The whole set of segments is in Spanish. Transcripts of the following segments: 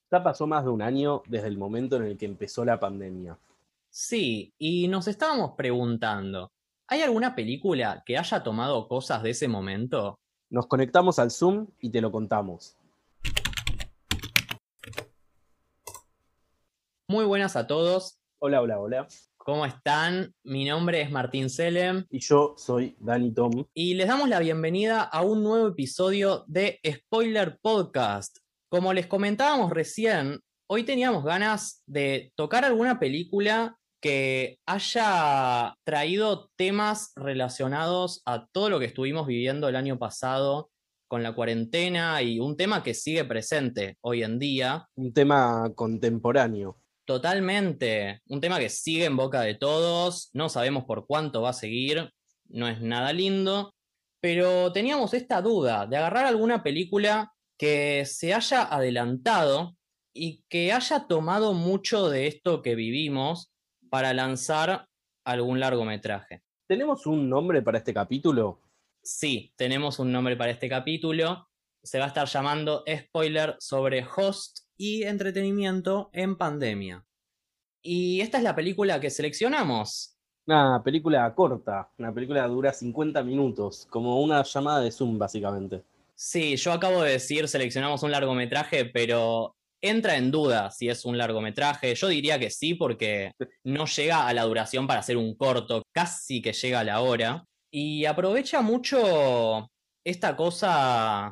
Ya pasó más de un año desde el momento en el que empezó la pandemia. Sí, y nos estábamos preguntando, ¿hay alguna película que haya tomado cosas de ese momento? Nos conectamos al Zoom y te lo contamos. Muy buenas a todos, Hola, hola, hola. ¿cómo están? Mi nombre es Martín Selem Y yo soy Dani Tom. y les damos la bienvenida a un nuevo episodio de Spoiler Podcast. Como les comentábamos recién, hoy teníamos ganas de tocar alguna película que haya traído temas relacionados a todo lo que estuvimos viviendo el año pasado con la cuarentena y un tema que sigue presente hoy en día. Un tema contemporáneo. Totalmente, un tema que sigue en boca de todos, no sabemos por cuánto va a seguir, no es nada lindo, pero teníamos esta duda de agarrar alguna película que se haya adelantado y que haya tomado mucho de esto que vivimos para lanzar algún largometraje. ¿Tenemos un nombre para este capítulo? Sí, tenemos un nombre para este capítulo, se va a estar llamando Spoiler sobre host y entretenimiento en pandemia. Y esta es la película que seleccionamos. Una película corta, una película que dura 50 minutos, como una llamada de Zoom, básicamente. Sí, yo acabo de decir seleccionamos un largometraje, pero entra en duda si es un largometraje. Yo diría que sí, porque no llega a la duración para hacer un corto, casi que llega a la hora. Y aprovecha mucho esta cosa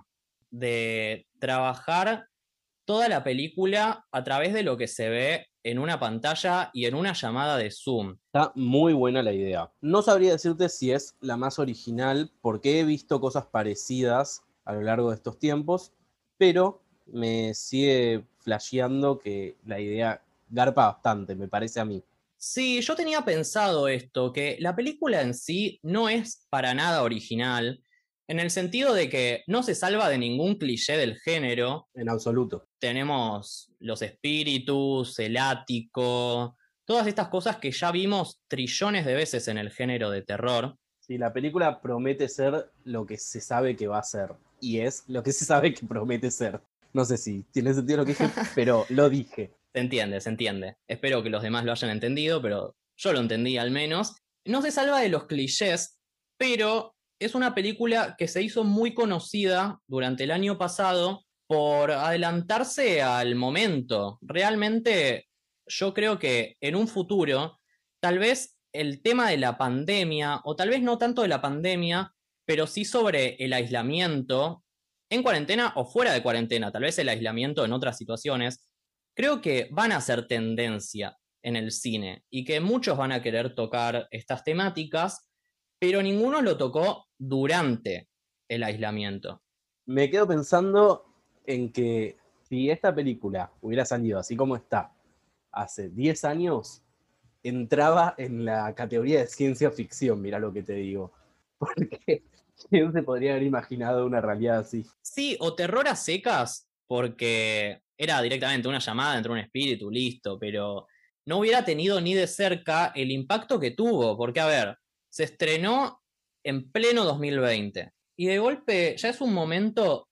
de trabajar toda la película a través de lo que se ve en una pantalla y en una llamada de Zoom. Está muy buena la idea. No sabría decirte si es la más original, porque he visto cosas parecidas a lo largo de estos tiempos, pero me sigue flasheando que la idea garpa bastante, me parece a mí. Sí, yo tenía pensado esto, que la película en sí no es para nada original, en el sentido de que no se salva de ningún cliché del género. En absoluto. Tenemos los espíritus, el ático, todas estas cosas que ya vimos trillones de veces en el género de terror. Sí, la película promete ser lo que se sabe que va a ser, y es lo que se sabe que promete ser. No sé si tiene sentido lo que dije, pero lo dije. Se entiende, se entiende. Espero que los demás lo hayan entendido, pero yo lo entendí al menos. No se salva de los clichés, pero es una película que se hizo muy conocida durante el año pasado por adelantarse al momento. Realmente yo creo que en un futuro, tal vez el tema de la pandemia, o tal vez no tanto de la pandemia, pero sí sobre el aislamiento, en cuarentena o fuera de cuarentena, tal vez el aislamiento en otras situaciones, creo que van a ser tendencia en el cine y que muchos van a querer tocar estas temáticas, pero ninguno lo tocó durante el aislamiento. Me quedo pensando en que si esta película hubiera salido así como está hace 10 años, entraba en la categoría de ciencia ficción, mira lo que te digo. Porque ¿quién se podría haber imaginado una realidad así? Sí, o terror a secas, porque era directamente una llamada entre un espíritu, listo, pero no hubiera tenido ni de cerca el impacto que tuvo, porque a ver, se estrenó en pleno 2020 y de golpe ya es un momento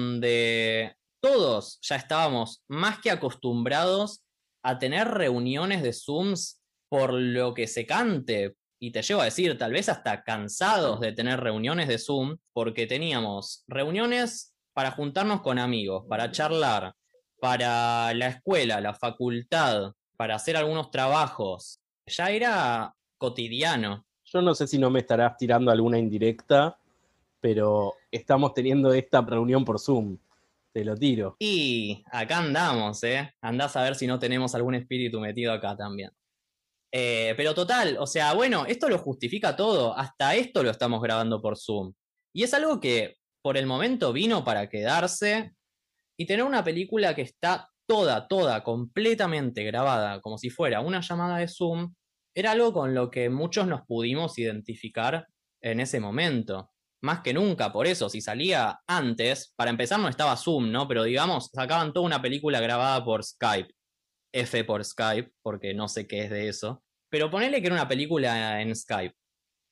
donde todos ya estábamos más que acostumbrados a tener reuniones de Zooms por lo que se cante, y te llevo a decir, tal vez hasta cansados de tener reuniones de Zoom, porque teníamos reuniones para juntarnos con amigos, para charlar, para la escuela, la facultad, para hacer algunos trabajos. Ya era cotidiano. Yo no sé si no me estarás tirando alguna indirecta, pero estamos teniendo esta reunión por Zoom. Te lo tiro. Y acá andamos, ¿eh? Andás a ver si no tenemos algún espíritu metido acá también. Pero total, o sea, bueno, esto lo justifica todo. Hasta esto lo estamos grabando por Zoom. Y es algo que por el momento vino para quedarse. Y tener una película que está toda, completamente grabada, como si fuera una llamada de Zoom, era algo con lo que muchos nos pudimos identificar en ese momento. Más que nunca, por eso, si salía antes, para empezar no estaba Zoom, ¿no? Pero digamos, sacaban toda una película grabada por Skype. Por Skype, porque no sé qué es de eso. Pero ponele que era una película en Skype.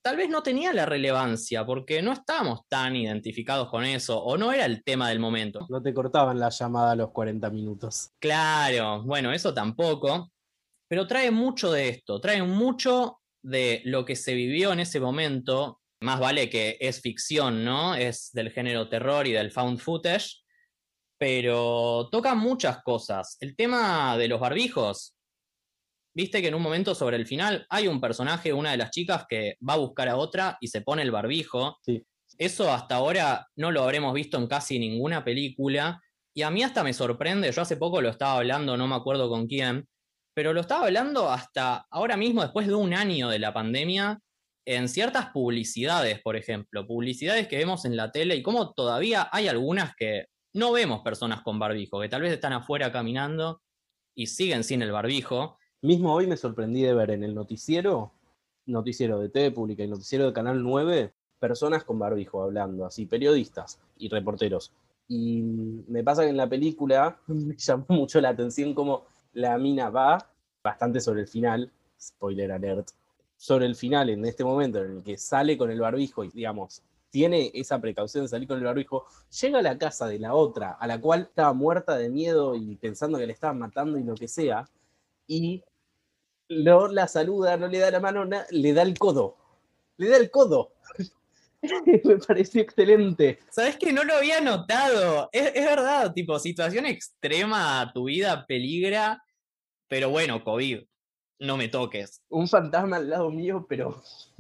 tal vez no tenía la relevancia, porque no estábamos tan identificados con eso, o no era el tema del momento. No te cortaban la llamada a los 40 minutos. Claro, bueno, eso tampoco, pero trae mucho de esto, trae mucho de lo que se vivió en ese momento. Más vale que es ficción, ¿no? Es del género terror y del found footage, pero toca muchas cosas. El tema de los barbijos, viste que en un momento sobre el final hay un personaje, una de las chicas, que va a buscar a otra y se pone el barbijo. Sí. Eso hasta ahora no lo habremos visto en casi ninguna película. Y a mí hasta me sorprende, yo hace poco lo estaba hablando, no me acuerdo con quién, pero lo estaba hablando hasta ahora mismo, después de un año de la pandemia, en ciertas publicidades, por ejemplo, publicidades que vemos en la tele y como todavía hay algunas que no vemos personas con barbijo, que tal vez están afuera caminando y siguen sin el barbijo. Mismo hoy me sorprendí de ver en el noticiero de TV Pública y noticiero de Canal 9, personas con barbijo hablando, así, periodistas y reporteros. Y me pasa que en la película me llamó mucho la atención cómo la mina va, bastante sobre el final, spoiler alert, sobre el final, en este momento en el que sale con el barbijo y, digamos, tiene esa precaución de salir con el barbijo, llega a la casa de la otra, a la cual estaba muerta de miedo y pensando que le estaban matando y lo que sea, y no la saluda, no le da la mano, le da el codo. Le da el codo. Me pareció excelente. ¿Sabes que no lo había notado? Es verdad, tipo, situación extrema, tu vida peligra, pero bueno, COVID, no me toques. Un fantasma al lado mío, pero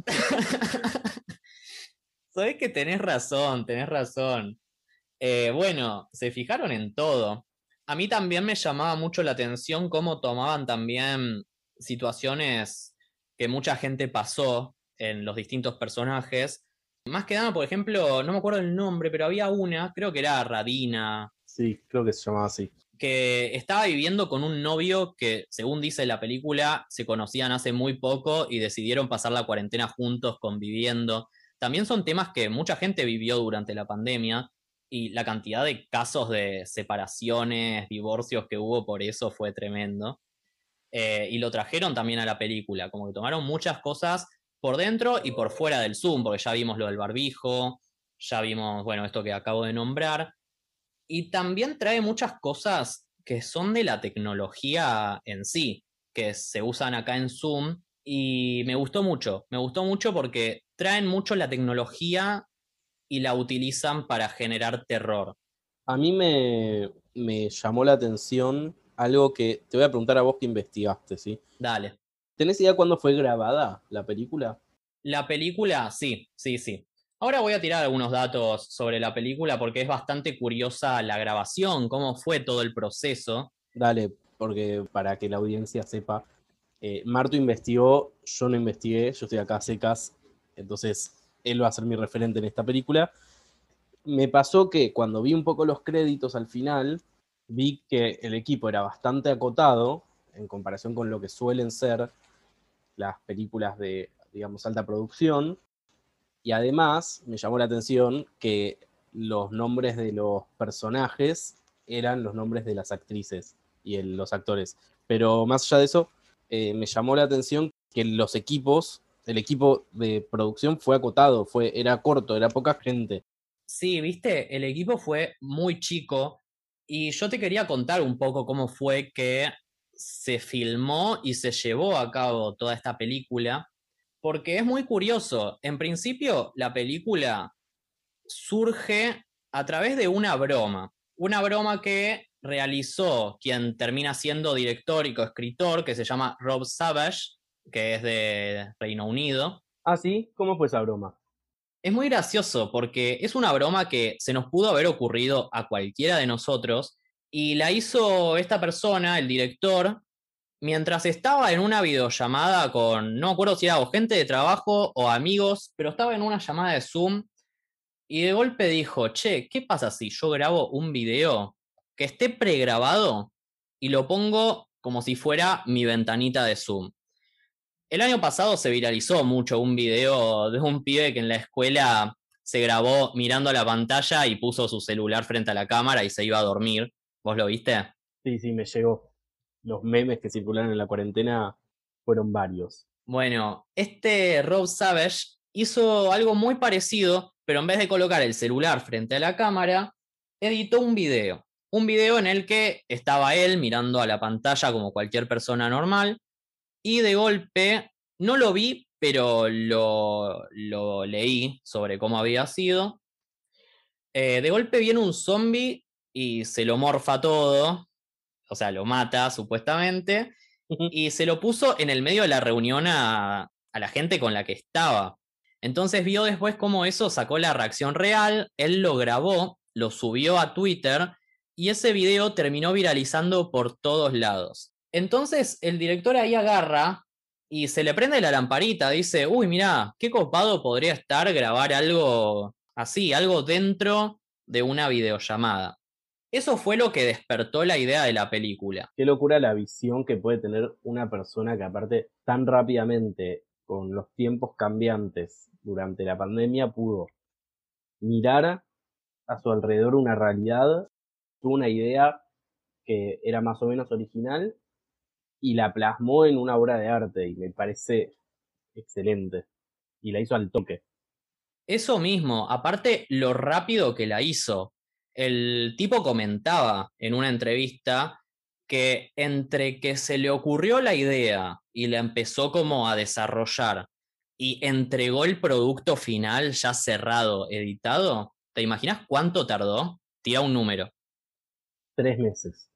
Sabes que tenés razón, tenés razón. Bueno, se fijaron en todo. A mí también me llamaba mucho la atención cómo tomaban también situaciones que mucha gente pasó en los distintos personajes. Más que nada, por ejemplo, no me acuerdo el nombre, pero había una, creo que era Radina, sí, creo que se llamaba así. que estaba viviendo con un novio que, según dice la película, se conocían hace muy poco y decidieron pasar la cuarentena juntos, conviviendo. También son temas que mucha gente vivió durante la pandemia y la cantidad de casos de separaciones, divorcios que hubo por eso fue tremendo. Y lo trajeron también a la película, como que tomaron muchas cosas por dentro y por fuera del Zoom, porque ya vimos lo del barbijo, ya vimos, bueno, esto que acabo de nombrar, y también trae muchas cosas que son de la tecnología en sí, que se usan acá en Zoom. Y me gustó mucho porque traen mucho la tecnología y la utilizan para generar terror. A mí me llamó la atención algo que te voy a preguntar a vos que investigaste, ¿sí? Dale. ¿Tenés idea cuándo fue grabada la película? La película, sí, sí, sí. Ahora voy a tirar algunos datos sobre la película porque es bastante curiosa la grabación, cómo fue todo el proceso. Dale, porque para que la audiencia sepa, Marto investigó, yo no investigué, yo estoy acá a secas, entonces él va a ser mi referente en esta película. Me pasó que cuando vi un poco los créditos al final, vi que el equipo era bastante acotado en comparación con lo que suelen ser las películas de, digamos, alta producción. Y además me llamó la atención que los nombres de los personajes eran los nombres de las actrices y los actores. Pero más allá de eso, me llamó la atención que los equipos, el equipo de producción fue acotado, era corto, era poca gente. Sí, viste, el equipo fue muy chico y yo te quería contar un poco cómo fue que se filmó y se llevó a cabo toda esta película, porque es muy curioso. En principio, la película surge a través de una broma que realizó quien termina siendo director y coescritor, que se llama Rob Savage, que es de Reino Unido. Ah, sí, ¿cómo fue esa broma? Es muy gracioso porque es una broma que se nos pudo haber ocurrido a cualquiera de nosotros y la hizo esta persona, el director, mientras estaba en una videollamada con, no me acuerdo si era o gente de trabajo o amigos, pero estaba en una llamada de Zoom y de golpe dijo, che, ¿qué pasa si yo grabo un video que esté pregrabado y lo pongo como si fuera mi ventanita de Zoom? El año pasado se viralizó mucho un video de un pibe que en la escuela se grabó mirando a la pantalla y puso su celular frente a la cámara y se iba a dormir. ¿Vos lo viste? Sí, sí, me llegó. Los memes que circularon en la cuarentena fueron varios. Bueno, este Rob Savage hizo algo muy parecido, pero en vez de colocar el celular frente a la cámara, editó un video. Un video en el que estaba él mirando a la pantalla como cualquier persona normal, y de golpe, no lo vi, pero lo leí sobre cómo había sido. De golpe viene un zombie y se lo morfa todo, o sea, lo mata supuestamente, y se lo puso en el medio de la reunión a la gente con la que estaba. Entonces vio después cómo eso sacó la reacción real, él lo grabó, lo subió a Twitter y ese video terminó viralizando por todos lados. Entonces el director ahí agarra y se le prende la lamparita, dice, uy, mirá, qué copado podría estar grabar algo así, algo dentro de una videollamada. Eso fue lo que despertó la idea de la película. Qué locura la visión que puede tener una persona que aparte tan rápidamente, con los tiempos cambiantes durante la pandemia, pudo mirar a su alrededor una realidad, tuvo una idea que era más o menos original y la plasmó en una obra de arte y me parece excelente. Y la hizo al toque. Eso mismo, aparte lo rápido que la hizo. El tipo comentaba en una entrevista que entre que se le ocurrió la idea y la empezó como a desarrollar y entregó el producto final ya cerrado, editado, ¿te imaginas cuánto tardó? Tira un número. 3 meses.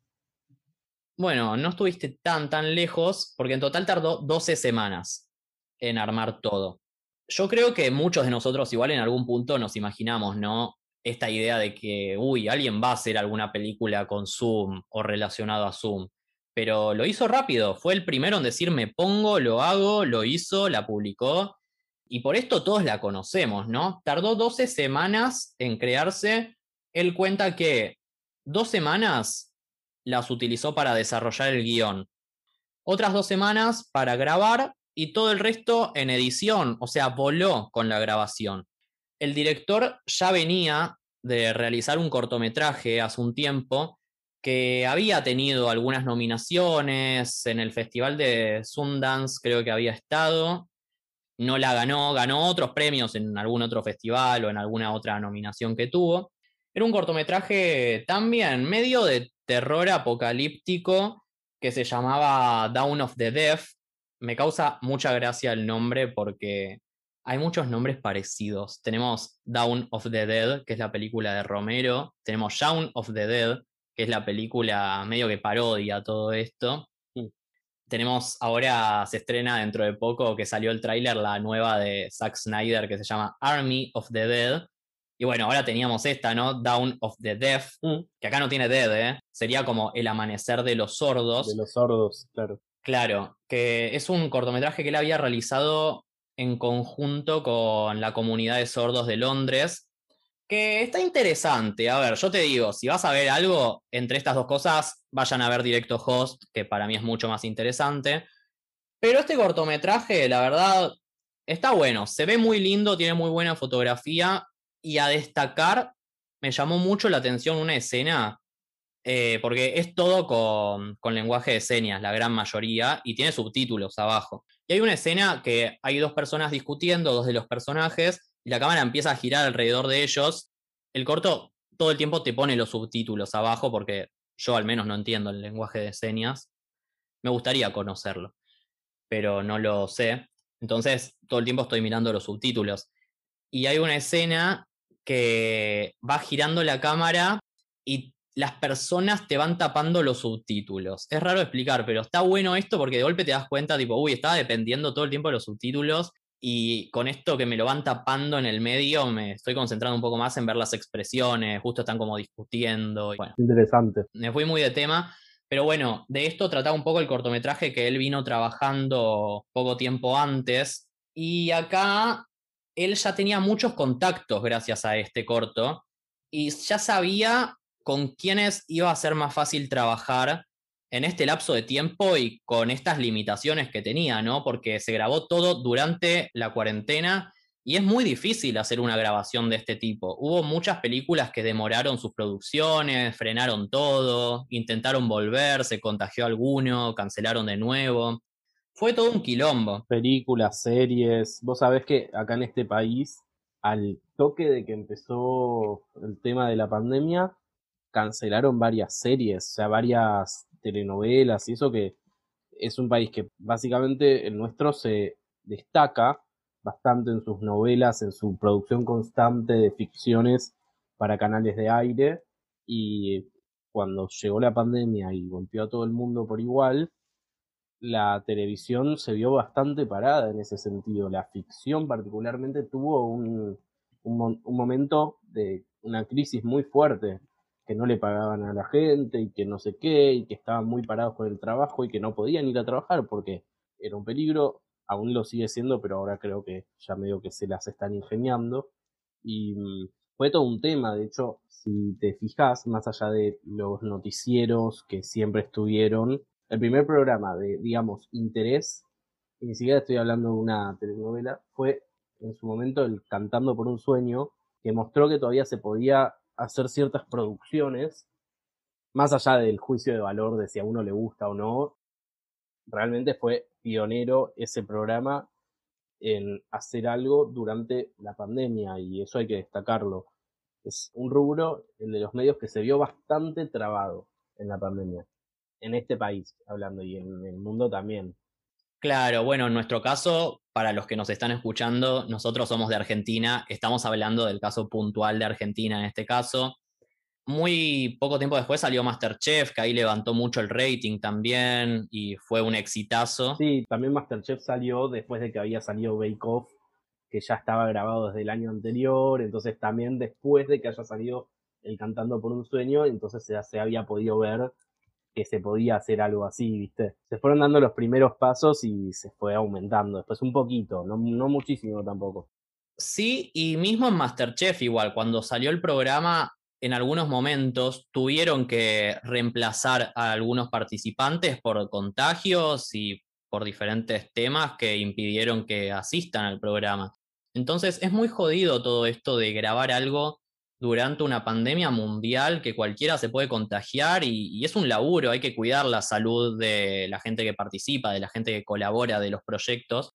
Bueno, no estuviste tan lejos porque en total tardó 12 semanas en armar todo. Yo creo que muchos de nosotros igual en algún punto nos imaginamos, ¿no? Esta idea de que, uy, alguien va a hacer alguna película con Zoom o relacionado a Zoom. Pero lo hizo rápido, fue el primero en decir me pongo, lo hago, lo hizo, la publicó. Y por esto todos la conocemos, ¿no? Tardó 12 semanas en crearse. Él cuenta que 2 semanas las utilizó para desarrollar el guión, otras 2 semanas para grabar y todo el resto en edición, o sea, voló con la grabación. El director ya venía de realizar un cortometraje hace un tiempo que había tenido algunas nominaciones en el Festival de Sundance, creo que había estado. No la ganó, ganó otros premios en algún otro festival o en alguna otra nominación que tuvo. Era un cortometraje también medio de terror apocalíptico que se llamaba Dawn of the Dead. Me causa mucha gracia el nombre porque hay muchos nombres parecidos. Tenemos Dawn of the Dead, que es la película de Romero. Tenemos Shaun of the Dead, que es la película medio que parodia todo esto. Tenemos ahora, se estrena dentro de poco, que salió el tráiler, la nueva de Zack Snyder, que se llama Army of the Dead. Y bueno, ahora teníamos esta, ¿no? Dawn of the Deaf, que acá no tiene dead, ¿eh? Sería como El amanecer de los sordos. De los sordos, claro. Claro, que es un cortometraje que él había realizado en conjunto con la comunidad de sordos de Londres, que está interesante. A ver, yo te digo, si vas a ver algo entre estas dos cosas, vayan a ver Directo Host, que para mí es mucho más interesante. Pero este cortometraje, la verdad, está bueno. Se ve muy lindo, tiene muy buena fotografía. Y a destacar, me llamó mucho la atención una escena, porque es todo con lenguaje de señas, la gran mayoría, y tiene subtítulos abajo. Y hay una escena que hay dos personas discutiendo, dos de los personajes, y la cámara empieza a girar alrededor de ellos. El corto todo el tiempo te pone los subtítulos abajo, porque yo al menos no entiendo el lenguaje de señas. Me gustaría conocerlo, pero no lo sé. Entonces, todo el tiempo estoy mirando los subtítulos. Y hay una escena que va girando la cámara y las personas te van tapando los subtítulos. Es raro explicar, pero está bueno esto porque de golpe te das cuenta, tipo, uy, estaba dependiendo todo el tiempo de los subtítulos y con esto que me lo van tapando en el medio me estoy concentrando un poco más en ver las expresiones, justo están como discutiendo. Bueno, Interesante. me fui muy de tema, pero bueno, de esto trataba un poco el cortometraje que él vino trabajando poco tiempo antes. Y acá él ya tenía muchos contactos gracias a este corto y ya sabía con quiénes iba a ser más fácil trabajar en este lapso de tiempo y con estas limitaciones que tenía, ¿no? Porque se grabó todo durante la cuarentena y es muy difícil hacer una grabación de este tipo. Hubo muchas películas que demoraron sus producciones, frenaron todo, intentaron volver, se contagió alguno, cancelaron de nuevo. Fue todo un quilombo. Películas, series. Vos sabés que acá en este país, al toque de que empezó el tema de la pandemia, cancelaron varias series, o sea, varias telenovelas y eso que es un país que básicamente el nuestro se destaca bastante en sus novelas, en su producción constante de ficciones para canales de aire y cuando llegó la pandemia y golpeó a todo el mundo por igual, la televisión se vio bastante parada en ese sentido. La ficción particularmente tuvo un momento de una crisis muy fuerte, que no le pagaban a la gente y que no sé qué, y que estaban muy parados con el trabajo y que no podían ir a trabajar porque era un peligro, aún lo sigue siendo, pero ahora creo que ya medio que se las están ingeniando. Y fue todo un tema, de hecho, si te fijas, más allá de los noticieros que siempre estuvieron, el primer programa de, digamos, interés, y ni siquiera estoy hablando de una telenovela, fue en su momento el Cantando por un Sueño, que mostró que todavía se podía hacer ciertas producciones, más allá del juicio de valor de si a uno le gusta o no, realmente fue pionero ese programa en hacer algo durante la pandemia y eso hay que destacarlo. Es un rubro, el de los medios, que se vio bastante trabado en la pandemia, en este país hablando y en el mundo también. Claro, bueno, en nuestro caso, para los que nos están escuchando, nosotros somos de Argentina, estamos hablando del caso puntual de Argentina en este caso. Muy poco tiempo después salió MasterChef, que ahí levantó mucho el rating también y fue un exitazo. Sí, también MasterChef salió después de que había salido Bake Off, que ya estaba grabado desde el año anterior, entonces también después de que haya salido el Cantando por un Sueño, entonces se había podido ver que se podía hacer algo así, ¿viste? Se fueron dando los primeros pasos y se fue aumentando, después un poquito, no muchísimo tampoco. Sí, y mismo en MasterChef igual, cuando salió el programa, en algunos momentos tuvieron que reemplazar a algunos participantes por contagios y por diferentes temas que impidieron que asistan al programa. Entonces es muy jodido todo esto de grabar algo durante una pandemia mundial que cualquiera se puede contagiar y es un laburo, hay que cuidar la salud de la gente que participa, de la gente que colabora, de los proyectos.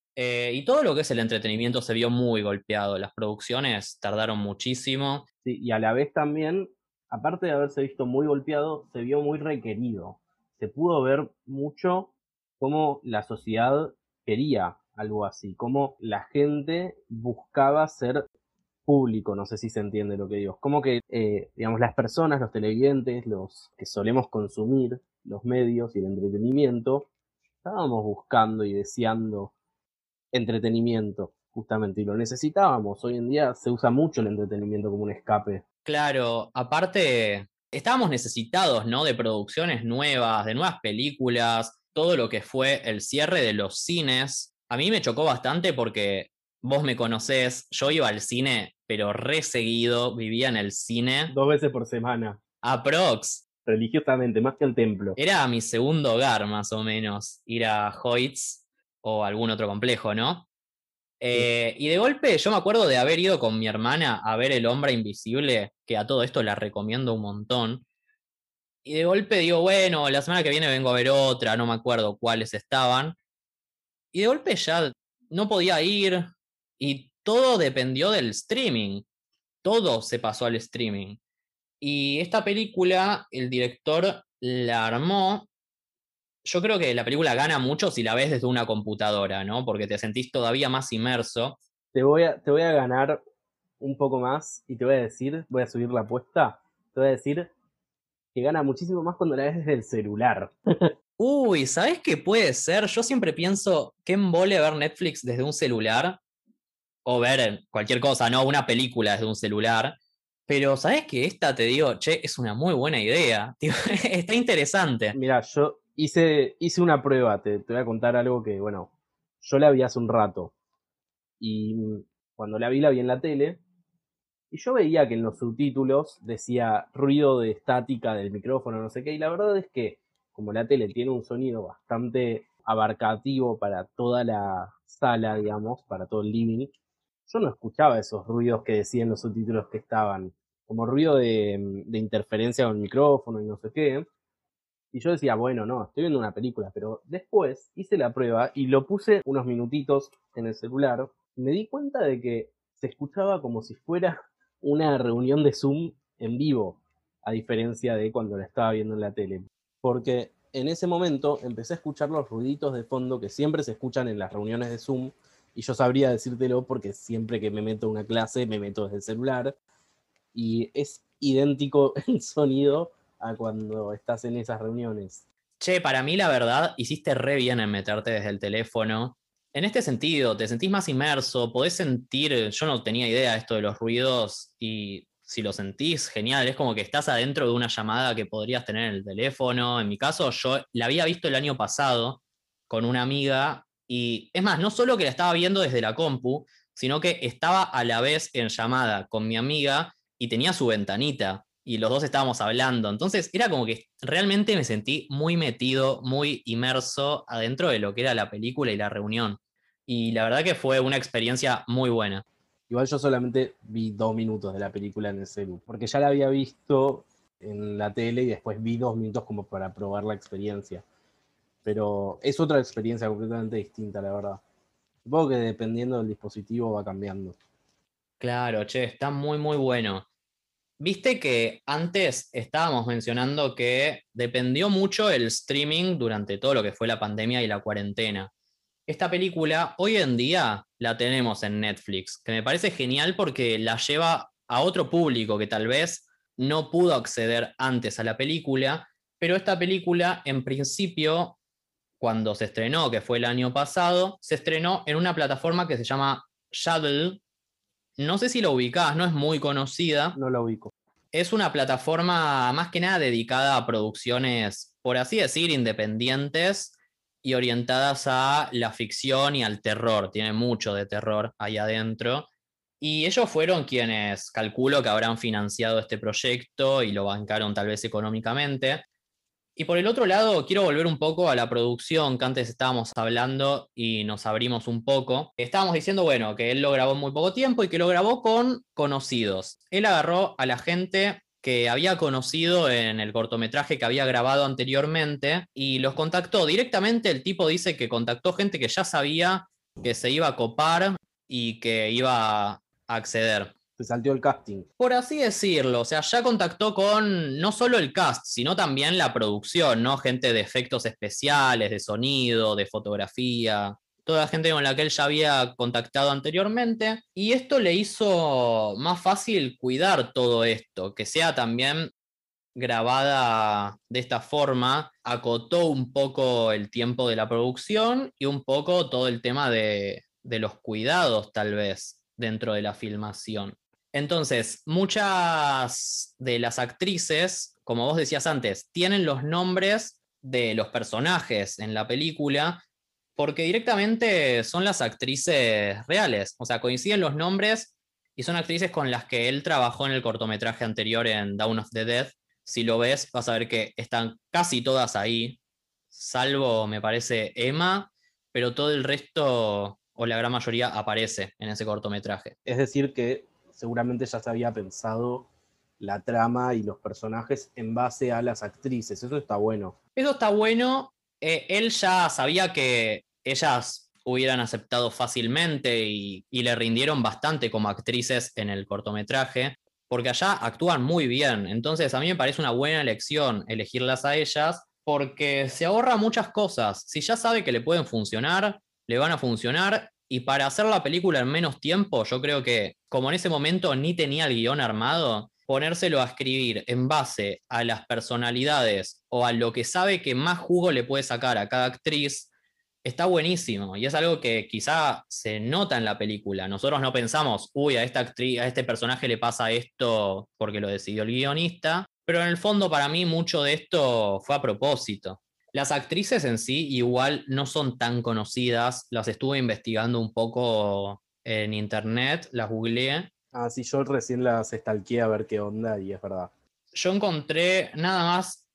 Y todo lo que es el entretenimiento se vio muy golpeado. Las producciones tardaron muchísimo. Sí, y a la vez también, aparte de haberse visto muy golpeado, se vio muy requerido. Se pudo ver mucho cómo la sociedad quería algo así, cómo la gente buscaba ser público, no sé si se entiende lo que digo. Como que, digamos, las personas, los televidentes, los que solemos consumir los medios y el entretenimiento, estábamos buscando y deseando entretenimiento, justamente, y lo necesitábamos. Hoy en día se usa mucho el entretenimiento como un escape. Claro, aparte, estábamos necesitados, ¿no? De producciones nuevas, de nuevas películas, todo lo que fue el cierre de los cines. A mí me chocó bastante porque vos me conocés, yo iba al cine, pero re seguido, vivía en el cine. 2 veces por semana, Aprox, religiosamente, más que el templo. era mi segundo hogar, más o menos, ir a Hoyts o algún otro complejo, ¿no? Sí. Y de golpe yo me acuerdo de haber ido con mi hermana a ver El Hombre Invisible, que a todo esto la recomiendo un montón. Y de golpe digo, bueno, la semana que viene vengo a ver otra, no me acuerdo cuáles estaban. Y de golpe ya no podía ir y todo dependió del streaming. Todo se pasó al streaming. Y esta película, el director la armó. Yo creo que la película gana mucho si la ves desde una computadora, ¿no? Porque te sentís todavía más inmerso. Te voy a ganar un poco más y te voy a decir, voy a subir la apuesta, te voy a decir que gana muchísimo más cuando la ves desde el celular. Uy, ¿sabes qué puede ser? Yo siempre pienso que embole ver Netflix desde un celular o ver cualquier cosa, ¿no? Una película desde un celular. Pero ¿sabes qué? Esta te digo, che, es una muy buena idea. Tipo, está interesante. Mira, yo hice una prueba, te voy a contar algo que, bueno, yo la vi hace un rato y cuando la vi en la tele. Y yo veía que en los subtítulos decía ruido de estática del micrófono, no sé qué, y la verdad es que como la tele tiene un sonido bastante abarcativo para toda la sala, digamos, para todo el living, yo no escuchaba esos ruidos que decían los subtítulos que estaban, como ruido de interferencia con el micrófono y no sé qué. Y yo decía, bueno, no, estoy viendo una película, pero después hice la prueba y lo puse unos minutitos en el celular. Me di cuenta de que se escuchaba como si fuera una reunión de Zoom en vivo, a diferencia de cuando la estaba viendo en la tele. Porque en ese momento empecé a escuchar los ruiditos de fondo que siempre se escuchan en las reuniones de Zoom, y yo sabría decírtelo porque siempre que me meto a una clase me meto desde el celular, y es idéntico el sonido a cuando estás en esas reuniones. Che, para mí la verdad, hiciste re bien en meterte desde el teléfono. En este sentido, te sentís más inmerso, podés sentir, yo no tenía idea de esto de los ruidos y si lo sentís, genial, es como que estás adentro de una llamada que podrías tener en el teléfono. En mi caso, yo la había visto el año pasado con una amiga y es más, no solo que la estaba viendo desde la compu, sino que estaba a la vez en llamada con mi amiga y tenía su ventanita y los dos estábamos hablando. Entonces era como que realmente me sentí muy metido, muy inmerso adentro de lo que era la película y la reunión. Y la verdad que fue una experiencia muy buena. Igual yo solamente vi 2 minutos de la película en el celu, porque ya la había visto en la tele y después vi 2 minutos como para probar la experiencia. Pero es otra experiencia completamente distinta, la verdad. Supongo que dependiendo del dispositivo va cambiando. Claro, che, está muy, muy bueno. Viste que antes estábamos mencionando que dependió mucho el streaming durante todo lo que fue la pandemia y la cuarentena. Esta película hoy en día la tenemos en Netflix, que me parece genial porque la lleva a otro público que tal vez no pudo acceder antes a la película, pero esta película en principio, cuando se estrenó, que fue el año pasado, se estrenó en una plataforma que se llama Shudder. No sé si la ubicás, no es muy conocida. No la ubico. Es una plataforma más que nada dedicada a producciones, por así decir, independientes y orientadas a la ficción y al terror. Tiene mucho de terror ahí adentro. Y ellos fueron quienes calculo que habrán financiado este proyecto y lo bancaron tal vez económicamente. Y por el otro lado, quiero volver un poco a la producción que antes estábamos hablando y nos abrimos un poco. Estábamos diciendo, bueno, que él lo grabó en muy poco tiempo y que lo grabó con conocidos. Él agarró a la gente que había conocido en el cortometraje que había grabado anteriormente y los contactó directamente. El tipo dice que contactó gente que ya sabía que se iba a copar y que iba a acceder. Se salteó el casting. Por así decirlo, o sea, ya contactó con no solo el cast, sino también la producción, ¿no? Gente de efectos especiales, de sonido, de fotografía, toda la gente con la que él ya había contactado anteriormente. Y esto le hizo más fácil cuidar todo esto, que sea también grabada de esta forma, acotó un poco el tiempo de la producción y un poco todo el tema de los cuidados, tal vez, dentro de la filmación. Entonces, muchas de las actrices, como vos decías antes, tienen los nombres de los personajes en la película porque directamente son las actrices reales, o sea, coinciden los nombres y son actrices con las que él trabajó en el cortometraje anterior en Dawn of the Dead. Si lo ves, vas a ver que están casi todas ahí, salvo, me parece, Emma, pero todo el resto, o la gran mayoría, aparece en ese cortometraje. Es decir, que seguramente ya se había pensado la trama y los personajes en base a las actrices. Eso está bueno. Eso está bueno. Él ya sabía que ellas hubieran aceptado fácilmente y le rindieron bastante como actrices en el cortometraje, porque allá actúan muy bien. Entonces a mí me parece una buena elección elegirlas a ellas, porque se ahorra muchas cosas. Si ya sabe que le pueden funcionar, le van a funcionar. Y para hacer la película en menos tiempo, yo creo que como en ese momento ni tenía el guión armado, ponérselo a escribir en base a las personalidades o a lo que sabe que más jugo le puede sacar a cada actriz, está buenísimo. Y es algo que quizá se nota en la película. Nosotros no pensamos, uy, a esta actriz, a este personaje le pasa esto porque lo decidió el guionista, pero en el fondo para mí mucho de esto fue a propósito. Las actrices en sí igual no son tan conocidas, las estuve investigando un poco en internet, las googleé. Ah, sí, yo recién las stalkeé a ver qué onda y es verdad. Yo encontré nada más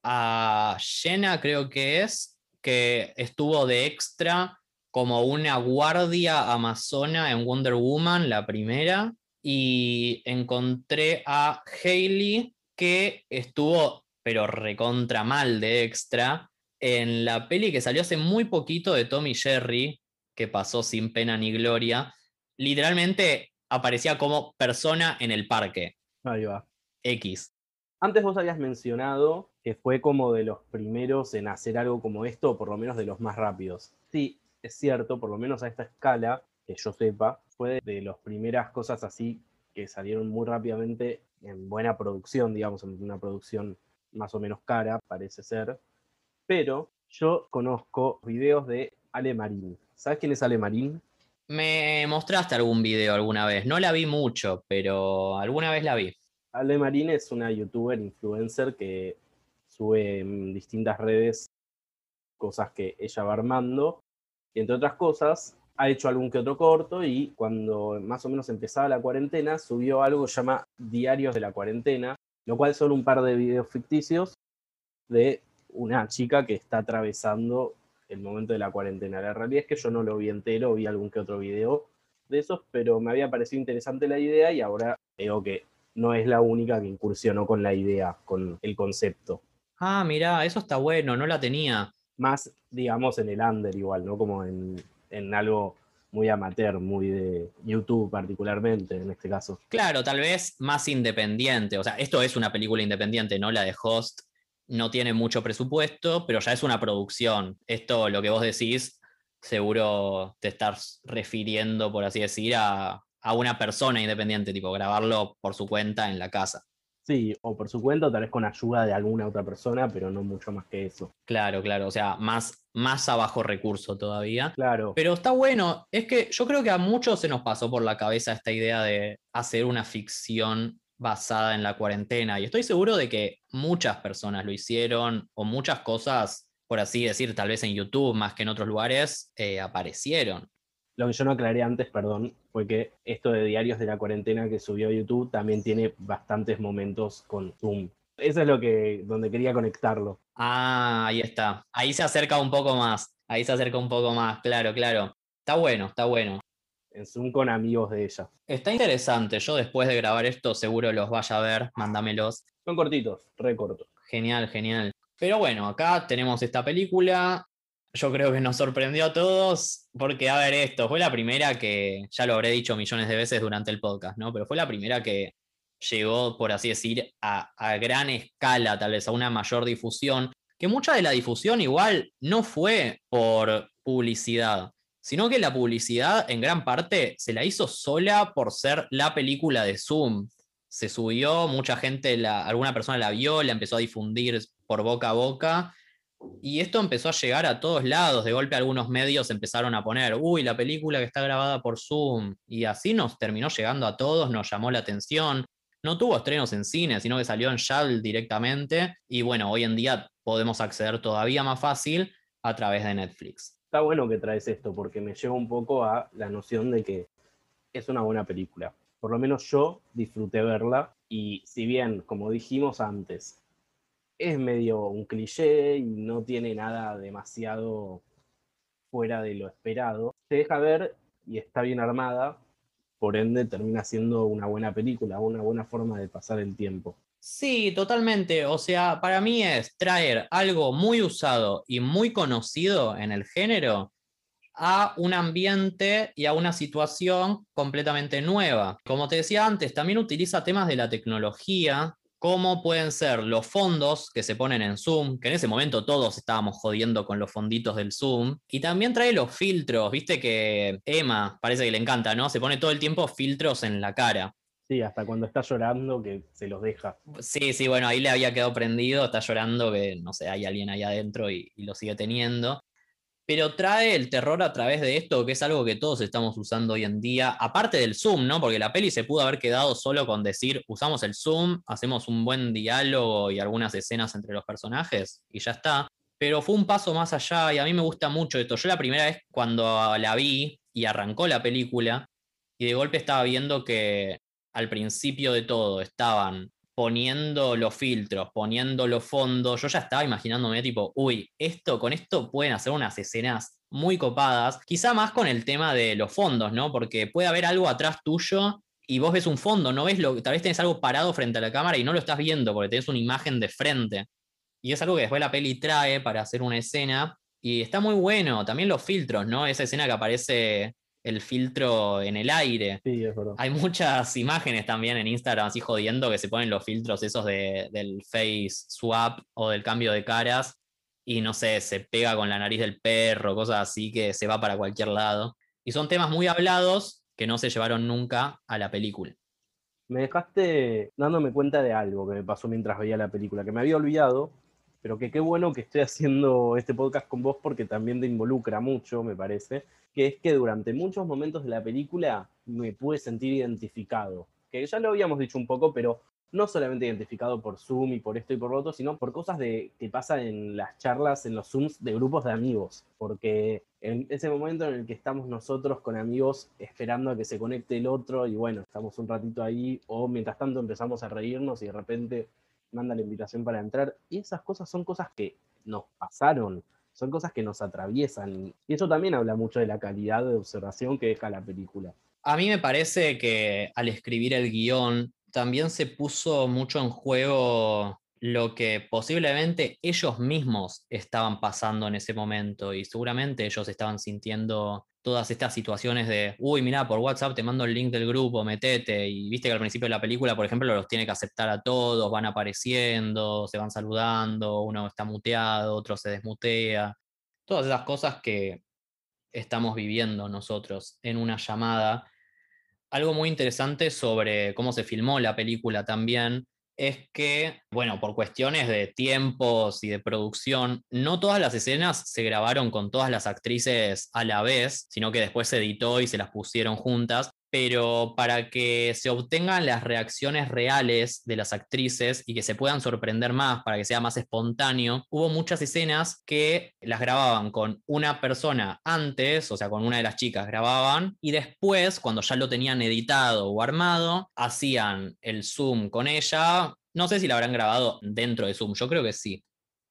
a Jenna, creo que estuvo de extra como una guardia amazona en Wonder Woman, la primera, y encontré a Hailey, que estuvo, pero recontra mal de extra, en la peli que salió hace muy poquito de Tom y Jerry, que pasó sin pena ni gloria, literalmente aparecía como persona en el parque. Ahí va. X. Antes vos habías mencionado que fue como de los primeros en hacer algo como esto, o por lo menos de los más rápidos. Sí, es cierto, por lo menos a esta escala, que yo sepa, fue de las primeras cosas así que salieron muy rápidamente en buena producción, digamos, en una producción más o menos cara, parece ser. Pero yo conozco videos de Ale Marín. ¿Sabes quién es Ale Marín? Me mostraste algún video alguna vez. No la vi mucho, pero alguna vez la vi. Ale Marín es una youtuber influencer que sube en distintas redes cosas que ella va armando. Y entre otras cosas, ha hecho algún que otro corto y cuando más o menos empezaba la cuarentena, subió algo que se llama Diarios de la Cuarentena, lo cual son un par de videos ficticios de una chica que está atravesando el momento de la cuarentena. La realidad es que yo no lo vi entero, vi algún que otro video de esos, pero me había parecido interesante la idea y ahora veo que no es la única que incursionó con la idea, con el concepto. Ah, mirá, eso está bueno, no la tenía. Más, digamos, en el under igual, ¿no? Como en algo muy amateur, muy de YouTube particularmente, en este caso. Claro, tal vez más independiente. O sea, esto es una película independiente, ¿no? La de Host no tiene mucho presupuesto, pero ya es una producción. Esto, lo que vos decís, seguro te estás refiriendo, por así decir, a una persona independiente, tipo grabarlo por su cuenta en la casa. Sí, o por su cuenta, o tal vez con ayuda de alguna otra persona, pero no mucho más que eso. Claro, claro, o sea, más a bajo recurso todavía. Claro, Pero está bueno, es que yo creo que a muchos se nos pasó por la cabeza esta idea de hacer una ficción basada en la cuarentena y estoy seguro de que muchas personas lo hicieron o muchas cosas, por así decir, tal vez en YouTube más que en otros lugares, aparecieron. lo que yo no aclaré antes, perdón, fue que esto de Diarios de la Cuarentena que subió a YouTube también tiene bastantes momentos con Zoom. Eso es lo que, donde quería conectarlo. Ah, ahí está. Ahí se acerca un poco más. Ahí se acerca un poco más, claro, claro. Está bueno, está bueno. En Zoom con amigos de ella. Está interesante. Yo después de grabar esto seguro los vaya a ver. Mándamelos. Son cortitos, re cortos. Genial, genial. Pero bueno, acá tenemos esta película. Yo creo que nos sorprendió a todos porque, a ver, esto fue la primera que, ya lo habré dicho millones de veces durante el podcast, ¿no? Pero fue la primera que llegó, por así decir, a gran escala, tal vez a una mayor difusión, que mucha de la difusión igual no fue por publicidad, sino que la publicidad en gran parte se la hizo sola por ser la película de Zoom. Se subió, mucha gente, alguna persona la vio, la empezó a difundir por boca a boca y esto empezó a llegar a todos lados. De golpe algunos medios empezaron a poner, uy, la película que está grabada por Zoom. Y así nos terminó llegando a todos, nos llamó la atención. No tuvo estrenos en cine, sino que salió en Shudder directamente. Y bueno, hoy en día podemos acceder todavía más fácil a través de Netflix. Está bueno que traes esto porque me lleva un poco a la noción de que es una buena película. Por lo menos yo disfruté verla y si bien, como dijimos antes, es medio un cliché y no tiene nada demasiado fuera de lo esperado, se deja ver y está bien armada, por ende termina siendo una buena película, una buena forma de pasar el tiempo. Sí, totalmente. O sea, para mí es traer algo muy usado y muy conocido en el género a un ambiente y a una situación completamente nueva. Como te decía antes, también utiliza temas de la tecnología, como pueden ser los fondos que se ponen en Zoom, que en ese momento todos estábamos jodiendo con los fonditos del Zoom, y también trae los filtros, viste que Emma parece que le encanta, ¿no? Se pone todo el tiempo filtros en la cara. Sí, hasta cuando está llorando que se los deja. Sí, sí, bueno, ahí le había quedado prendido, está llorando que, no sé, hay alguien ahí adentro y lo sigue teniendo. Pero trae el terror a través de esto, que es algo que todos estamos usando hoy en día, aparte del Zoom, ¿no? Porque la peli se pudo haber quedado solo con decir, usamos el Zoom, hacemos un buen diálogo y algunas escenas entre los personajes y ya está. Pero fue un paso más allá y a mí me gusta mucho esto. Yo la primera vez cuando la vi y arrancó la película y de golpe estaba viendo que al principio de todo estaban poniendo los filtros, poniendo los fondos, yo ya estaba imaginándome tipo, uy, con esto pueden hacer unas escenas muy copadas, quizá más con el tema de los fondos, ¿no? Porque puede haber algo atrás tuyo y vos ves un fondo, no ves tal vez tenés algo parado frente a la cámara y no lo estás viendo porque tenés una imagen de frente. Y es algo que después la peli trae para hacer una escena. Y está muy bueno. También los filtros, ¿no? Esa escena que aparece el filtro en el aire. Sí, es verdad. Hay muchas imágenes también en Instagram así jodiendo que se ponen los filtros esos del face swap o del cambio de caras y no sé, se pega con la nariz del perro, cosas así que se va para cualquier lado. Y son temas muy hablados que no se llevaron nunca a la película. Me dejaste dándome cuenta de algo que me pasó mientras veía la película, que me había olvidado, pero que qué bueno que estoy haciendo este podcast con vos porque también te involucra mucho, me parece, que es que durante muchos momentos de la película me pude sentir identificado, que ya lo habíamos dicho un poco, pero no solamente identificado por Zoom y por esto y por lo otro, sino por cosas que pasan en las charlas, en los Zooms de grupos de amigos, porque en ese momento en el que estamos nosotros con amigos esperando a que se conecte el otro y bueno, estamos un ratito ahí o mientras tanto empezamos a reírnos y de repente manda la invitación para entrar y esas cosas son cosas que nos pasaron, son cosas que nos atraviesan y eso también habla mucho de la calidad de observación que deja la película. A mí me parece que al escribir el guión también se puso mucho en juego lo que posiblemente ellos mismos estaban pasando en ese momento y seguramente ellos estaban sintiendo todas estas situaciones de, uy, mirá, por WhatsApp te mando el link del grupo, metete, y viste que al principio de la película, por ejemplo, los tiene que aceptar a todos, van apareciendo, se van saludando, uno está muteado, otro se desmutea, todas esas cosas que estamos viviendo nosotros en una llamada. Algo muy interesante sobre cómo se filmó la película también es que, bueno, por cuestiones de tiempos y de producción, no todas las escenas se grabaron con todas las actrices a la vez, sino que después se editó y se las pusieron juntas. Pero para que se obtengan las reacciones reales de las actrices y que se puedan sorprender más, para que sea más espontáneo, hubo muchas escenas que las grababan con una persona antes, o sea, con una de las chicas grababan, y después, cuando ya lo tenían editado o armado, hacían el Zoom con ella. No sé si la habrán grabado dentro de Zoom, yo creo que sí,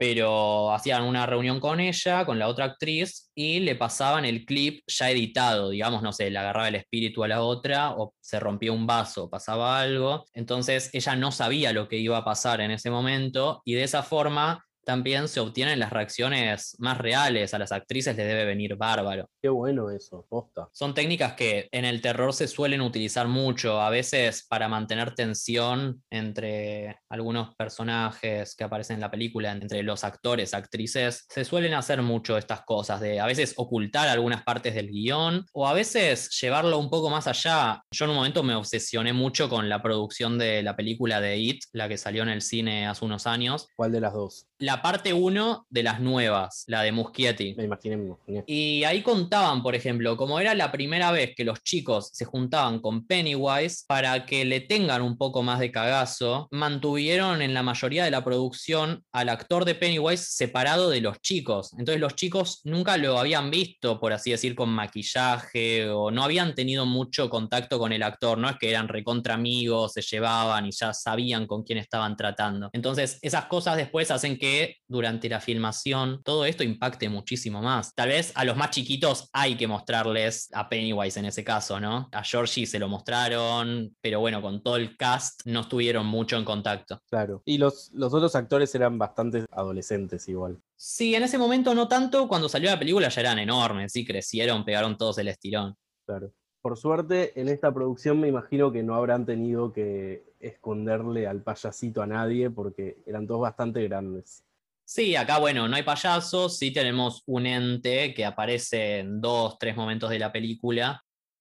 pero hacían una reunión con ella, con la otra actriz, y le pasaban el clip ya editado, digamos, no sé, le agarraba el espíritu a la otra, o se rompía un vaso, pasaba algo, entonces ella no sabía lo que iba a pasar en ese momento, y de esa forma también se obtienen las reacciones más reales, a las actrices les debe venir bárbaro. Qué bueno eso, posta. Son técnicas que en el terror se suelen utilizar mucho, a veces para mantener tensión entre algunos personajes que aparecen en la película, entre los actores, actrices. Se suelen hacer mucho estas cosas, de a veces ocultar algunas partes del guión o a veces llevarlo un poco más allá. Yo en un momento me obsesioné mucho con la producción de la película de It, la que salió en el cine hace unos años. ¿Cuál de las dos? La parte uno de las nuevas, la de Muschietti. Me imaginé. Y ahí contaban, por ejemplo, como era la primera vez que los chicos se juntaban con Pennywise, para que le tengan un poco más de cagazo, mantuvieron en la mayoría de la producción al actor de Pennywise separado de los chicos. Entonces los chicos nunca lo habían visto, por así decir, con maquillaje o no habían tenido mucho contacto con el actor. No es que eran recontra amigos, se llevaban y ya sabían con quién estaban tratando. Entonces esas cosas después hacen que durante la filmación todo esto impacte muchísimo más. Tal vez a los más chiquitos hay que mostrarles a Pennywise en ese caso, ¿no? A Georgie se lo mostraron, pero bueno, con todo el cast no estuvieron mucho en contacto. Claro. Y los otros actores eran bastante adolescentes igual. Sí, en ese momento no tanto, cuando salió la película ya eran enormes, sí, crecieron, pegaron todos el estirón. Claro. Por suerte, en esta producción me imagino que no habrán tenido que esconderle al payasito a nadie porque eran todos bastante grandes. Sí, acá bueno, no hay payasos, sí tenemos un ente que aparece en 2, 3 momentos de la película,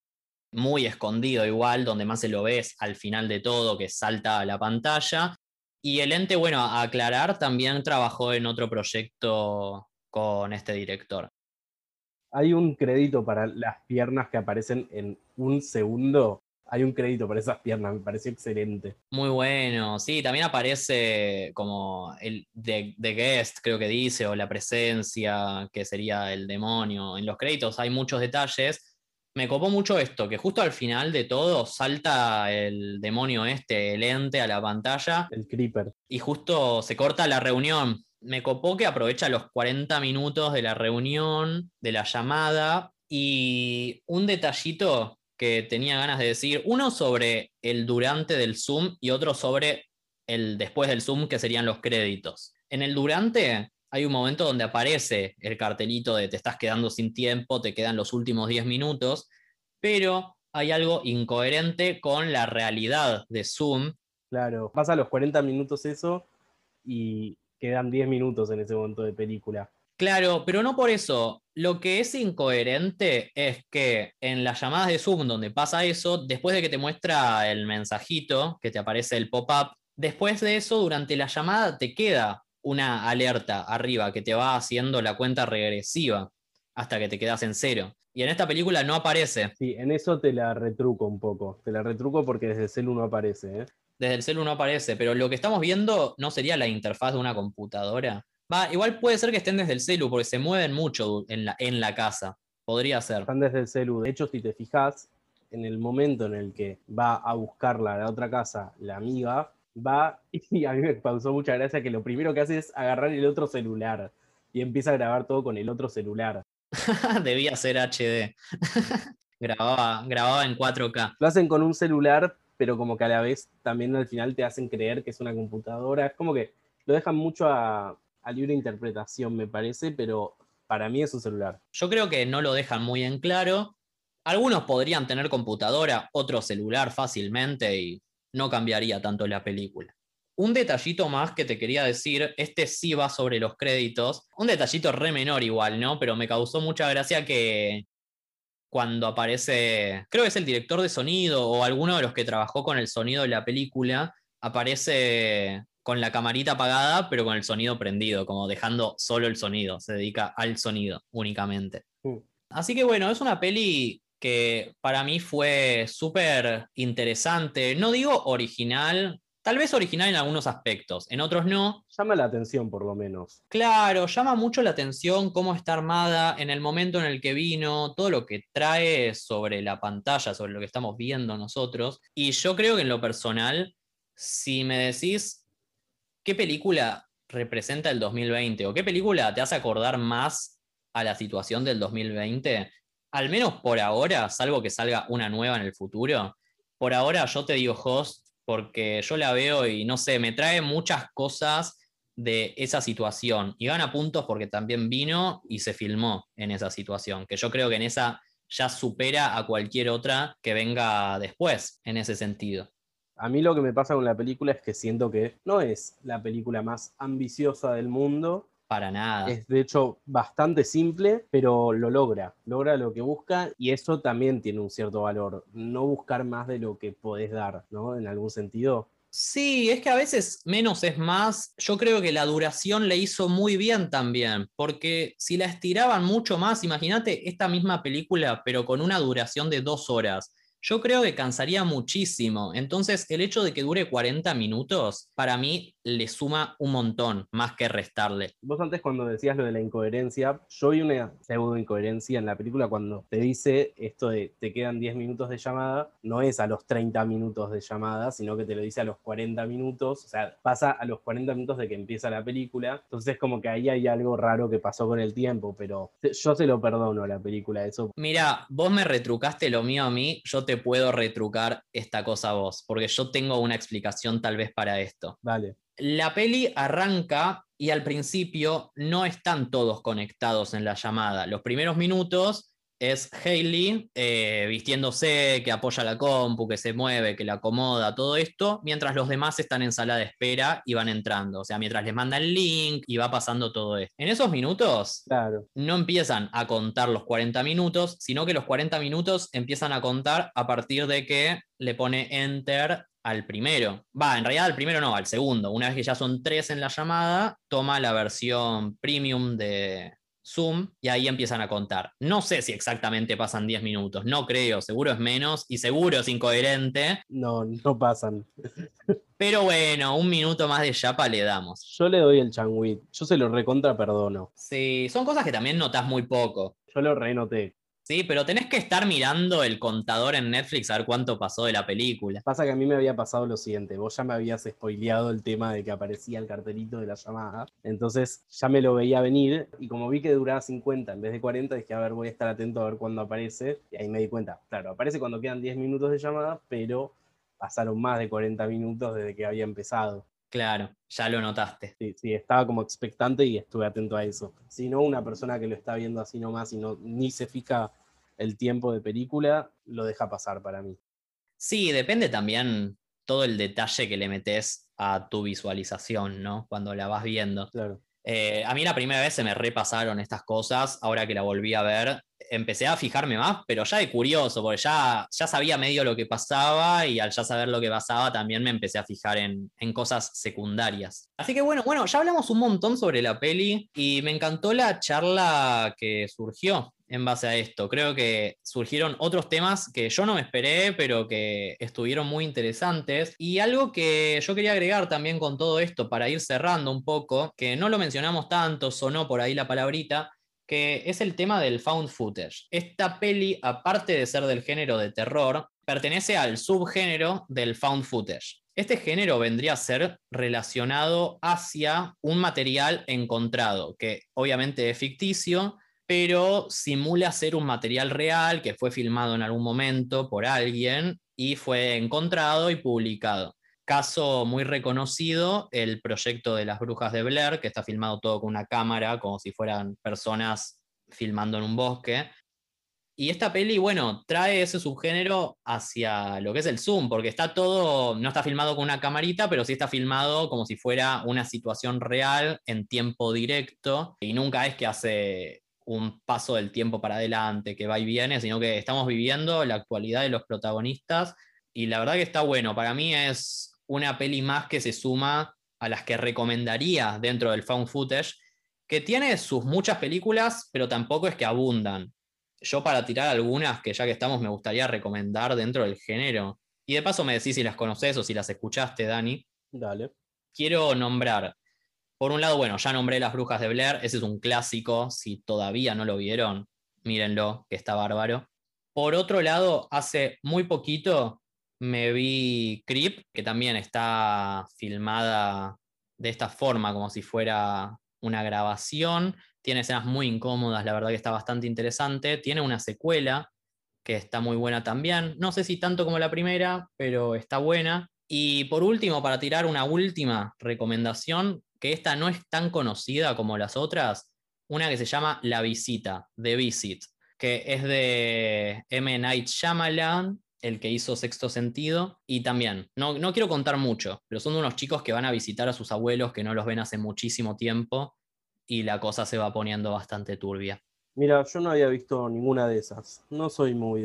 muy escondido igual, donde más se lo ves al final de todo, que salta a la pantalla. Y el ente, bueno, a aclarar, también trabajó en otro proyecto con este director. Hay un crédito para las piernas que aparecen en un segundo. Hay un crédito para esas piernas, me pareció excelente. Muy bueno, sí, también aparece como el The Guest, creo que dice, o la presencia, que sería el demonio. En los créditos hay muchos detalles. Me copó mucho esto, que justo al final de todo salta el demonio este, el ente, a la pantalla El Creeper. y justo se corta la reunión. Me copó que aprovecha los 40 minutos de la reunión, de la llamada, y un detallito que tenía ganas de decir, uno sobre el durante del Zoom y otro sobre el después del Zoom, que serían los créditos. En el durante hay un momento donde aparece el cartelito de te estás quedando sin tiempo, te quedan los últimos 10 minutos, pero hay algo incoherente con la realidad de Zoom. Claro, pasa los 40 minutos eso y quedan 10 minutos en ese momento de película. Claro, pero no por eso. Lo que es incoherente es que en las llamadas de Zoom donde pasa eso, después de que te muestra el mensajito, que te aparece el pop-up, después de eso, durante la llamada te queda una alerta arriba que te va haciendo la cuenta regresiva hasta que te quedas en cero. Y en esta película no aparece. Sí, en eso te la retruco un poco. Te la retruco porque desde el celu no aparece, ¿eh? Desde el celu no aparece, pero lo que estamos viendo no sería la interfaz de una computadora. Va, igual puede ser que estén desde el celu, porque se mueven mucho en la casa. Podría ser. Están desde el celu. De hecho, si te fijas, en el momento en el que va a buscarla a la otra casa, la amiga, va y a mí me causó mucha gracia que lo primero que hace es agarrar el otro celular y empieza a grabar todo con el otro celular. Debía ser HD. Grababa en 4K. Lo hacen con un celular, pero como que a la vez también al final te hacen creer que es una computadora. Es como que lo dejan mucho a libre interpretación, me parece, pero para mí es un celular. Yo creo que no lo dejan muy en claro. Algunos podrían tener computadora, otro celular fácilmente y no cambiaría tanto la película. Un detallito más que te quería decir, este sí va sobre los créditos, un detallito re menor igual, ¿no? Pero me causó mucha gracia que cuando aparece, creo que es el director de sonido o alguno de los que trabajó con el sonido de la película, aparece con la camarita apagada, pero con el sonido prendido, como dejando solo el sonido, se dedica al sonido únicamente. Mm. Así que bueno, es una peli que para mí fue súper interesante, no digo original, tal vez original en algunos aspectos, en otros no. Llama la atención, por lo menos. Claro, llama mucho la atención cómo está armada en el momento en el que vino, todo lo que trae sobre la pantalla, sobre lo que estamos viendo nosotros. Y yo creo que en lo personal, si me decís qué película representa el 2020 o qué película te hace acordar más a la situación del 2020, al menos por ahora, salvo que salga una nueva en el futuro, por ahora yo te digo Host porque yo la veo y no sé, me trae muchas cosas de esa situación y gana puntos porque también vino y se filmó en esa situación, que yo creo que en esa ya supera a cualquier otra que venga después en ese sentido. A mí lo que me pasa con la película es que siento que no es la película más ambiciosa del mundo. Para nada. Es de hecho bastante simple, pero lo logra lo que busca y eso también tiene un cierto valor. No buscar más de lo que podés dar, ¿no? En algún sentido. Sí, es que a veces menos es más. Yo creo que la duración le hizo muy bien también, porque si la estiraban mucho más, imagínate esta misma película, pero con una duración de 2 horas. Yo creo que cansaría muchísimo. Entonces, el hecho de que dure 40 minutos, para mí le suma un montón, más que restarle. Vos antes cuando decías lo de la incoherencia, yo vi una pseudo incoherencia en la película cuando te dice esto de te quedan 10 minutos de llamada, no es a los 30 minutos de llamada, sino que te lo dice a los 40 minutos, o sea, pasa a los 40 minutos de que empieza la película, entonces como que ahí hay algo raro que pasó con el tiempo, pero yo se lo perdono a la película, eso. Mira, vos me retrucaste lo mío a mí, yo te puedo retrucar esta cosa a vos, porque yo tengo una explicación tal vez para esto. Vale. La peli arranca y al principio no están todos conectados en la llamada. Los primeros minutos es Hailey vistiéndose, que apoya la compu, que se mueve, que la acomoda, todo esto, mientras los demás están en sala de espera y van entrando. O sea, mientras les manda el link y va pasando todo esto. En esos minutos Claro. no empiezan a contar los 40 minutos, sino que los 40 minutos empiezan a contar a partir de que le pone enter al primero. Va, en realidad al primero no, al segundo. Una vez que ya son 3 en la llamada, toma la versión premium de Zoom y ahí empiezan a contar. No sé si exactamente pasan 10 minutos, no creo, seguro es menos y seguro es incoherente, No, no pasan. pero bueno, un minuto más de chapa le damos. Yo le doy el changuit, yo se lo recontra perdono. Sí, son cosas que también notas muy poco. Yo lo renoté. Sí, pero tenés que estar mirando el contador en Netflix a ver cuánto pasó de la película. Pasa que a mí me había pasado lo siguiente, vos ya me habías spoileado el tema de que aparecía el cartelito de la llamada, entonces ya me lo veía venir y como vi que duraba 50 en vez de 40, dije, a ver, voy a estar atento a ver cuándo aparece y ahí me di cuenta, claro, aparece cuando quedan 10 minutos de llamada, pero pasaron más de 40 minutos desde que había empezado. Claro, ya lo notaste. Sí, sí, estaba como expectante y estuve atento a eso. Si no, una persona que lo está viendo así nomás y no, ni se fija el tiempo de película, lo deja pasar para mí. Sí, depende también todo el detalle que le metes a tu visualización, ¿no? Cuando la vas viendo. Claro. A mí la primera vez se me repasaron estas cosas, ahora que la volví a ver, empecé a fijarme más, pero ya de curioso, porque ya sabía medio lo que pasaba y al ya saber lo que pasaba también me empecé a fijar en cosas secundarias. Así que bueno, ya hablamos un montón sobre la peli y me encantó la charla que surgió en base a esto. Creo que surgieron otros temas que yo no me esperé, pero que estuvieron muy interesantes. Y algo que yo quería agregar también con todo esto, para ir cerrando un poco, que no lo mencionamos tanto, sonó por ahí la palabrita, que es el tema del found footage. Esta peli, aparte de ser del género de terror, pertenece al subgénero del found footage. Este género vendría a ser relacionado hacia un material encontrado, que obviamente es ficticio, pero simula ser un material real que fue filmado en algún momento por alguien y fue encontrado y publicado. Caso muy reconocido, el proyecto de las Brujas de Blair, que está filmado todo con una cámara, como si fueran personas filmando en un bosque. Y esta peli, bueno, trae ese subgénero hacia lo que es el zoom, porque está todo, no está filmado con una camarita, pero sí está filmado como si fuera una situación real en tiempo directo. Y nunca es que hace un paso del tiempo para adelante, que va y viene, sino que estamos viviendo la actualidad de los protagonistas. Y la verdad que está bueno. Para mí es una peli más que se suma a las que recomendaría dentro del found footage, que tiene sus muchas películas, pero tampoco es que abundan. Yo para tirar algunas que ya que estamos me gustaría recomendar dentro del género, y de paso me decís si las conoces o si las escuchaste, Dani, Dale. quiero nombrar, por un lado, bueno, ya nombré Las Brujas de Blair, ese es un clásico, si todavía no lo vieron, mírenlo, que está bárbaro. Por otro lado, hace muy poquito me vi Creep, que también está filmada de esta forma, como si fuera una grabación. Tiene escenas muy incómodas, la verdad que está bastante interesante. Tiene una secuela que está muy buena también. No sé si tanto como la primera, pero está buena. Y por último, para tirar una última recomendación, que esta no es tan conocida como las otras, una que se llama La Visita, The Visit, que es de M. Night Shyamalan, el que hizo Sexto Sentido, y también, no quiero contar mucho, pero son unos chicos que van a visitar a sus abuelos que no los ven hace muchísimo tiempo y la cosa se va poniendo bastante turbia. Mira, yo no había visto ninguna de esas. No soy muy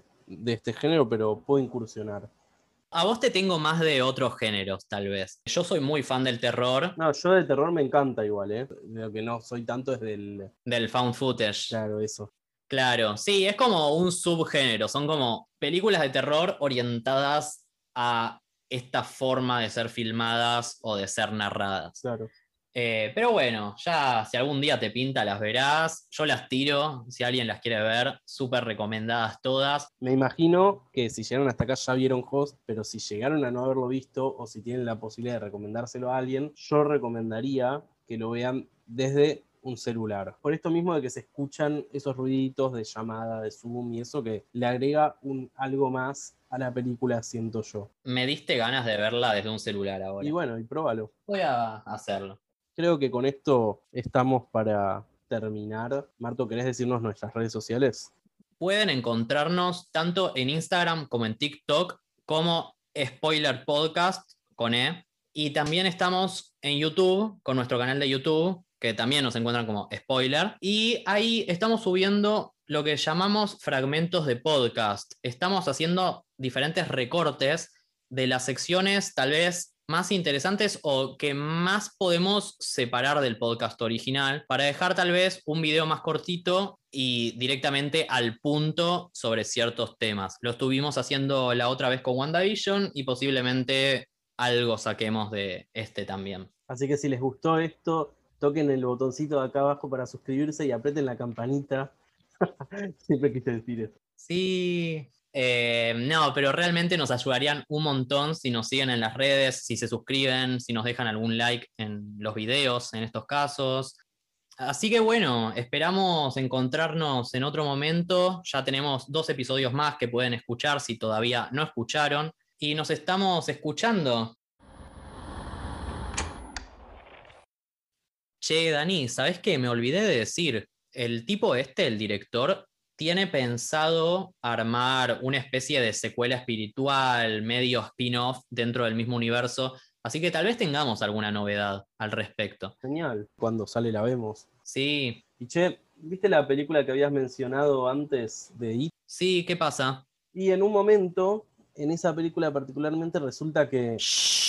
de este género, pero puedo incursionar. A vos te tengo más de otros géneros, tal vez. Yo soy muy fan del terror, No, yo de terror me encanta igual, ¿eh? Lo que no soy tanto es del... del found footage. Claro, eso. Claro, sí, es como un subgénero, son como películas de terror orientadas a esta forma de ser filmadas o de ser narradas. Claro. Pero bueno, ya si algún día te pinta las verás, yo las tiro, si alguien las quiere ver, súper recomendadas todas. Me imagino que si llegaron hasta acá ya vieron Host, pero si llegaron a no haberlo visto o si tienen la posibilidad de recomendárselo a alguien, yo recomendaría que lo vean desde un celular. Por esto mismo de que se escuchan esos ruiditos de llamada, de Zoom y eso que le agrega algo más a la película, siento yo. Me diste ganas de verla desde un celular Y ahora. bueno, y próbalo. Voy a hacerlo. Creo que con esto estamos para terminar. Marto, ¿querés decirnos nuestras redes sociales? Pueden encontrarnos tanto en Instagram como en TikTok como Spoiler Podcast con E. Y también estamos en YouTube con nuestro canal de YouTube, que también nos encuentran como Spoiler. Y ahí estamos subiendo lo que llamamos fragmentos de podcast. Estamos haciendo diferentes recortes de las secciones tal vez más interesantes o que más podemos separar del podcast original para dejar tal vez un video más cortito y directamente al punto sobre ciertos temas. Lo estuvimos haciendo la otra vez con WandaVision y posiblemente algo saquemos de este también. Así que si les gustó esto, toquen el botoncito de acá abajo para suscribirse y aprieten la campanita. Siempre quise decir eso. Sí, no, pero realmente nos ayudarían un montón si nos siguen en las redes, si se suscriben, si nos dejan algún like en los videos en estos casos. Así que bueno, esperamos encontrarnos en otro momento. Ya tenemos 2 episodios más que pueden escuchar si todavía no escucharon. Y nos estamos escuchando. Che, Dani, ¿sabés qué? Me olvidé de decir, el tipo este, el director, tiene pensado armar una especie de secuela espiritual, medio spin-off dentro del mismo universo, así que tal vez tengamos alguna novedad al respecto. Genial. Cuando sale la vemos. Sí, Y che, ¿viste la película que habías mencionado antes de It? sí, ¿qué pasa? Y en un momento, en esa película particularmente, resulta que